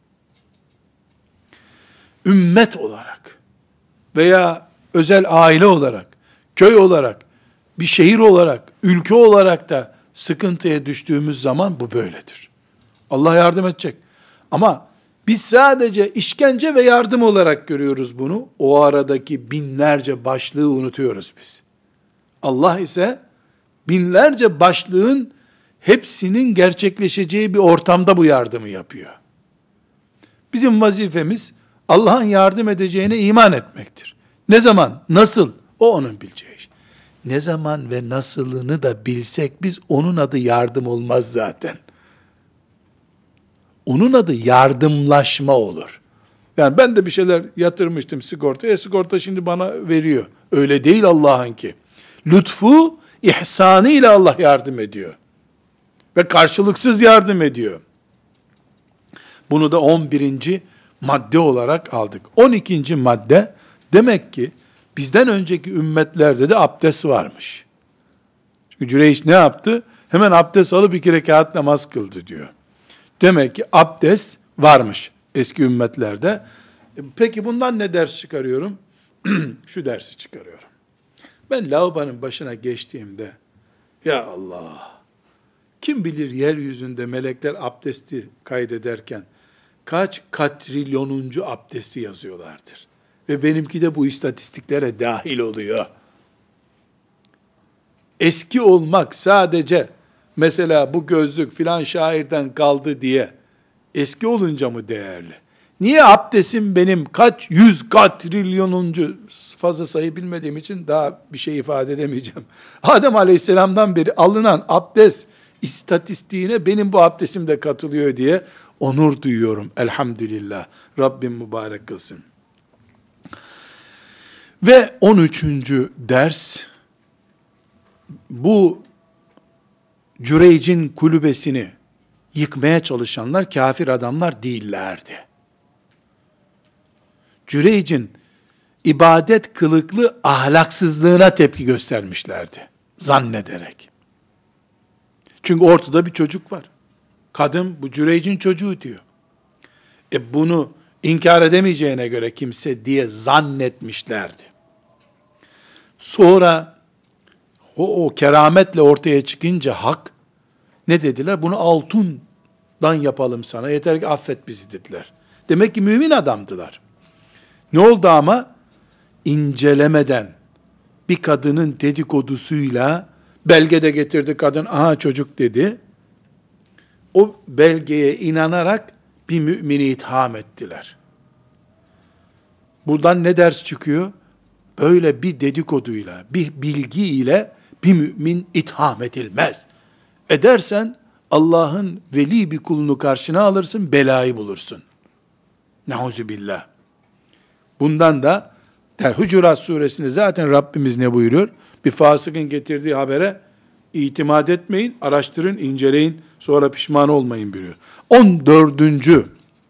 Speaker 1: ümmet olarak veya özel aile olarak, köy olarak, bir şehir olarak, ülke olarak da sıkıntıya düştüğümüz zaman bu böyledir. Allah yardım edecek. Ama biz sadece işkence ve yardım olarak görüyoruz bunu. O aradaki binlerce başlığı unutuyoruz biz. Allah ise binlerce başlığın hepsinin gerçekleşeceği bir ortamda bu yardımı yapıyor. Bizim vazifemiz Allah'ın yardım edeceğine iman etmektir. Ne zaman, nasıl? O onun bileceği iş. Ne zaman ve nasılını da bilsek biz, onun adı yardım olmaz zaten. Onun adı yardımlaşma olur. Yani ben de bir şeyler yatırmıştım sigortaya, sigorta şimdi bana veriyor. Öyle değil Allah'ınki. Lütfu, ihsanı ile Allah yardım ediyor. Ve karşılıksız yardım ediyor. Bunu da on birinci madde olarak aldık. on ikinci madde, demek ki bizden önceki ümmetlerde de abdest varmış. Çünkü Cüreyş ne yaptı? Hemen abdest alıp iki rekat namaz kıldı diyor. Demek ki abdest varmış eski ümmetlerde. Peki bundan ne ders çıkarıyorum? Şu dersi çıkarıyorum. Ben lavabonun başına geçtiğimde, ya Allah, kim bilir yeryüzünde melekler abdesti kaydederken kaç katrilyonuncu abdesti yazıyorlardır. Ve benimki de bu istatistiklere dahil oluyor. Eski olmak sadece, mesela bu gözlük filan şairden kaldı diye eski olunca mı değerli? Niye abdestim benim kaç yüz katrilyonuncu, fazla sayı bilmediğim için daha bir şey ifade edemeyeceğim. Adem Aleyhisselam'dan beri alınan abdest istatistiğine benim bu abdestim de katılıyor diye onur duyuyorum. Elhamdülillah. Rabbim mübarek kılsın. Ve on üçüncü ders, bu Cüreyc'in kulübesini yıkmaya çalışanlar kafir adamlar değillerdi. Cüreyc'in ibadet kılıklı ahlaksızlığına tepki göstermişlerdi. Zannederek. Çünkü ortada bir çocuk var. Kadın bu Cüreyc'in çocuğu diyor. E bunu inkar edemeyeceğine göre kimse diye zannetmişlerdi. Sonra o, o kerametle ortaya çıkınca hak, ne dediler? Bunu altından yapalım sana, yeter ki affet bizi dediler. Demek ki mümin adamdılar. Ne oldu ama? İncelemeden, bir kadının dedikodusuyla, belge de getirdi kadın, aha çocuk dedi. O belgeye inanarak bir mümini itham ettiler. Buradan ne ders çıkıyor? Böyle bir dedikoduyla, bir bilgiyle bir mümin itham edilmez. Edersen Allah'ın veli bir kulunu karşına alırsın, belayı bulursun. Neuzubillah. Bundan da der Hucurat suresinde zaten Rabbimiz ne buyuruyor? Bir fasıkın getirdiği habere itimat etmeyin, araştırın, inceleyin, sonra pişman olmayın buyuruyor. on dördüncü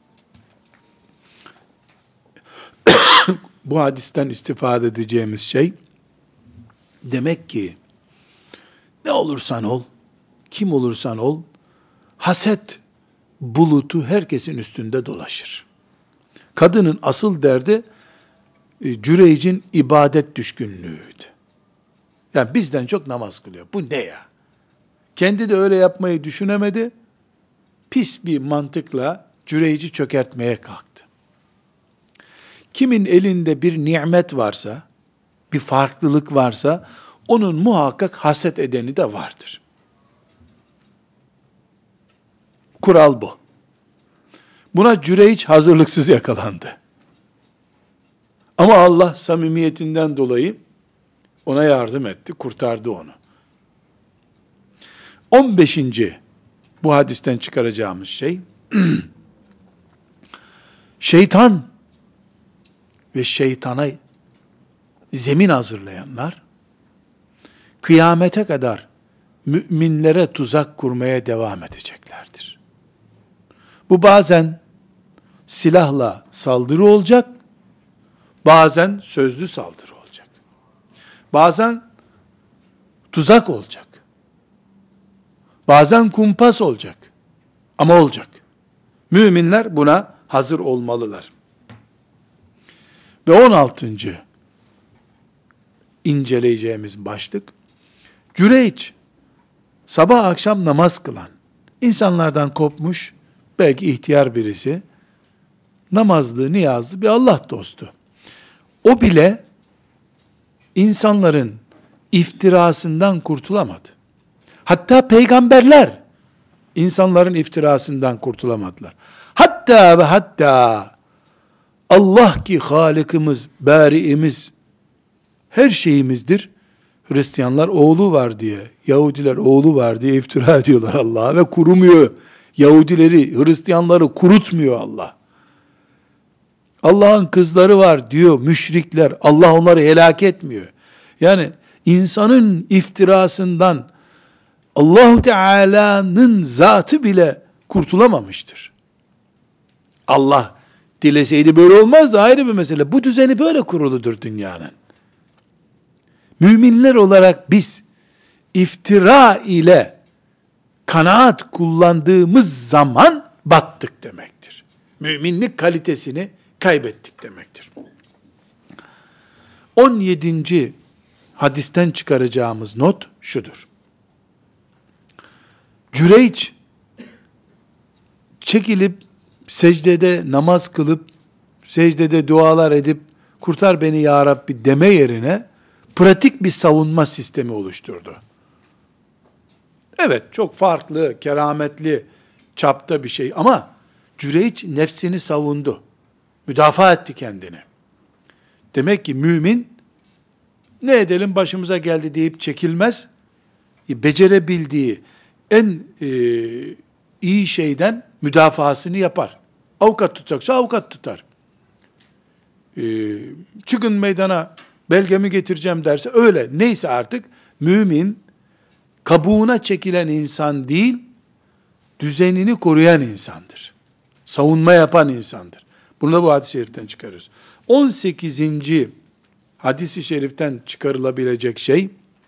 Speaker 1: bu hadisten istifade edeceğimiz şey, demek ki ne olursan ol, kim olursan ol, haset bulutu herkesin üstünde dolaşır. Kadının asıl derdi Cüreyc'in ibadet düşkünlüğüydü. Yani bizden çok namaz kılıyor. Bu ne ya? Kendi de öyle yapmayı düşünemedi. Pis bir mantıkla Cüreyc'i çökertmeye kalktı. Kimin elinde bir nimet varsa, bir farklılık varsa, onun muhakkak haset edeni de vardır. Kural bu. Buna Cüreyc hazırlıksız yakalandı. Ama Allah samimiyetinden dolayı ona yardım etti, kurtardı onu. on beşinci bu hadisten çıkaracağımız şey, şeytan ve şeytana zemin hazırlayanlar, kıyamete kadar müminlere tuzak kurmaya devam edeceklerdir. Bu bazen silahla saldırı olacak, bazen sözlü saldırı olacak. Bazen tuzak olacak. Bazen kumpas olacak. Ama olacak. Müminler buna hazır olmalılar. Ve on altıncı inceleyeceğimiz başlık, Cüreyç, sabah akşam namaz kılan, insanlardan kopmuş, belki ihtiyar birisi, namazlı, niyazlı bir Allah dostu. O bile insanların iftirasından kurtulamadı. Hatta peygamberler insanların iftirasından kurtulamadılar. Hatta ve hatta Allah ki Halık'ımız, Bari'imiz, her şeyimizdir. Hristiyanlar oğlu var diye, Yahudiler oğlu var diye iftira ediyorlar Allah'a ve kurumuyor. Yahudileri, Hristiyanları kurutmuyor Allah. Allah'ın kızları var diyor müşrikler. Allah onları helak etmiyor. Yani insanın iftirasından Allah-u Teala'nın zatı bile kurtulamamıştır. Allah dileseydi böyle olmazdı, ayrı bir mesele. Bu düzeni böyle kuruludur dünyanın. Müminler olarak biz iftira ile kanaat kullandığımız zaman battık demektir. Müminlik kalitesini kaybettik demektir. on yedinci hadisten çıkaracağımız not şudur. Cüreyç çekilip secdede namaz kılıp secdede dualar edip kurtar beni ya Rabbi deme yerine pratik bir savunma sistemi oluşturdu. Evet, çok farklı, kerametli çapta bir şey ama Cüreyç nefsini savundu. Müdafaa etti kendini. Demek ki mümin ne edelim başımıza geldi deyip çekilmez. Becerebildiği en e, iyi şeyden müdafasını yapar. Avukat tutacaksa avukat tutar. E, çıkın meydana belgemi getireceğim derse öyle. Neyse artık mümin kabuğuna çekilen insan değil, düzenini koruyan insandır. Savunma yapan insandır. Bunu da bu hadis-i şeriften çıkarıyoruz. on sekizinci hadis-i şeriften çıkarılabilecek şey,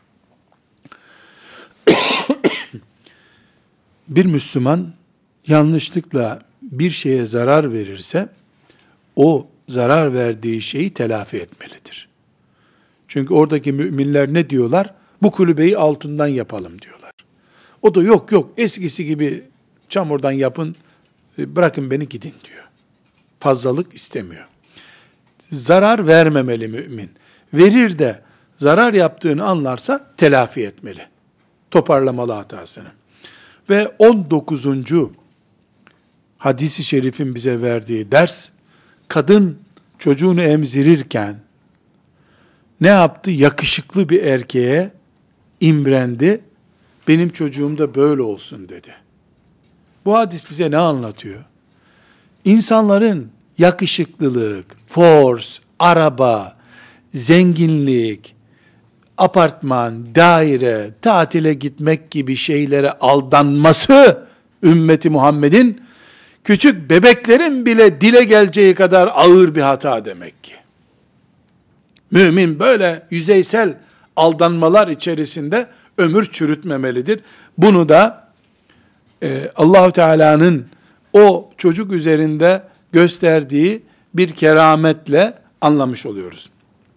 Speaker 1: bir Müslüman yanlışlıkla bir şeye zarar verirse, o zarar verdiği şeyi telafi etmelidir. Çünkü oradaki müminler ne diyorlar? Bu kulübeyi altından yapalım diyorlar. O da yok yok eskisi gibi çamurdan yapın, bırakın beni gidin diyor. Fazlalık istemiyor. Zarar vermemeli mümin. Verir de zarar yaptığını anlarsa telafi etmeli. Toparlamalı hatasını. Ve on dokuzuncu hadisi şerifin bize verdiği ders, kadın çocuğunu emzirirken ne yaptı? Yakışıklı bir erkeğe imrendi. Benim çocuğum da böyle olsun dedi. Bu hadis bize ne anlatıyor? İnsanların yakışıklılık, force, araba, zenginlik, apartman, daire, tatile gitmek gibi şeylere aldanması ümmeti Muhammed'in küçük bebeklerin bile dile geleceği kadar ağır bir hata demek ki. Mümin böyle yüzeysel aldanmalar içerisinde ömür çürütmemelidir. Bunu da e, Allah-u Teala'nın o çocuk üzerinde gösterdiği bir kerametle anlamış oluyoruz.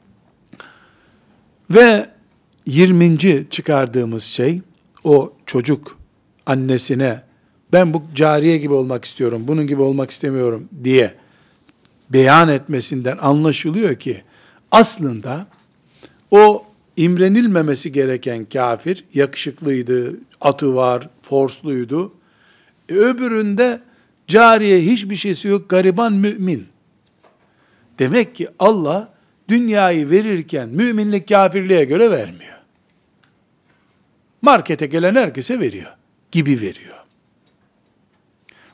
Speaker 1: Ve yirminci çıkardığımız şey, o çocuk annesine ben bu cariye gibi olmak istiyorum, bunun gibi olmak istemiyorum diye beyan etmesinden anlaşılıyor ki aslında o imrenilmemesi gereken kafir yakışıklıydı, atı var, forsluydu. E, öbüründe cariye hiçbir şeysi yok, gariban mümin. Demek ki Allah dünyayı verirken müminlik kafirliğe göre vermiyor. Markete gelen herkese veriyor gibi veriyor.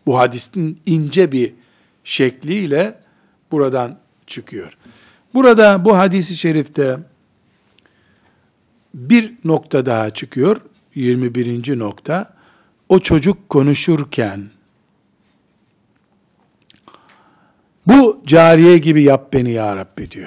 Speaker 1: Bu hadisin ince bir şekliyle buradan çıkıyor. Burada bu hadisi şerifte bir nokta daha çıkıyor. yirmi birinci nokta. O çocuk konuşurken bu cariye gibi yap beni ya Rabbi diyor.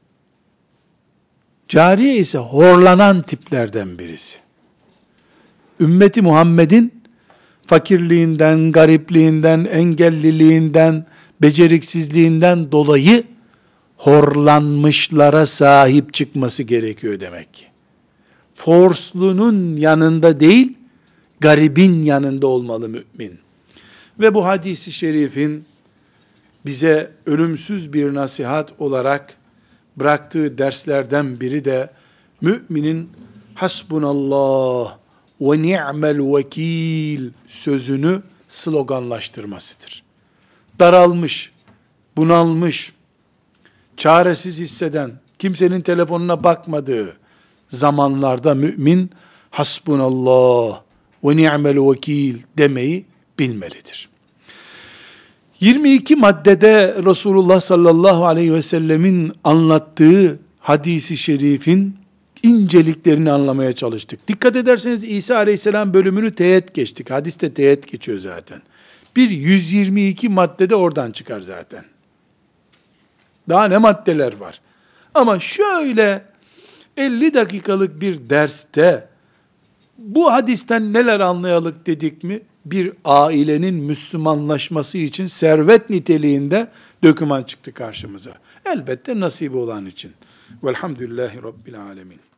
Speaker 1: Cariye ise horlanan tiplerden birisi. Ümmeti Muhammed'in fakirliğinden, garipliğinden, engelliliğinden, beceriksizliğinden dolayı horlanmışlara sahip çıkması gerekiyor demek ki. Forslunun yanında değil, garibin yanında olmalı mümin. Ve bu hadisi şerifin bize ölümsüz bir nasihat olarak bıraktığı derslerden biri de müminin hasbunallah ve ni'mel vekil sözünü sloganlaştırmasıdır. Daralmış, bunalmış, çaresiz hisseden, kimsenin telefonuna bakmadığı zamanlarda mümin hasbunallah ve ni'mel vekil demeyi bilmelidir. yirmi iki maddede Resulullah sallallahu aleyhi ve sellemin anlattığı hadisi şerifin inceliklerini anlamaya çalıştık. Dikkat ederseniz İsa aleyhisselam bölümünü teğet geçtik. Hadiste teğet geçiyor zaten. Bir yüz yirmi iki maddede oradan çıkar zaten. Daha ne maddeler var. Ama şöyle elli dakikalık bir derste bu hadisten neler anlayalık dedik mi? Bir ailenin Müslümanlaşması için servet niteliğinde doküman çıktı karşımıza. Elbette nasibi olan için. Velhamdülillahi Rabbil alemin.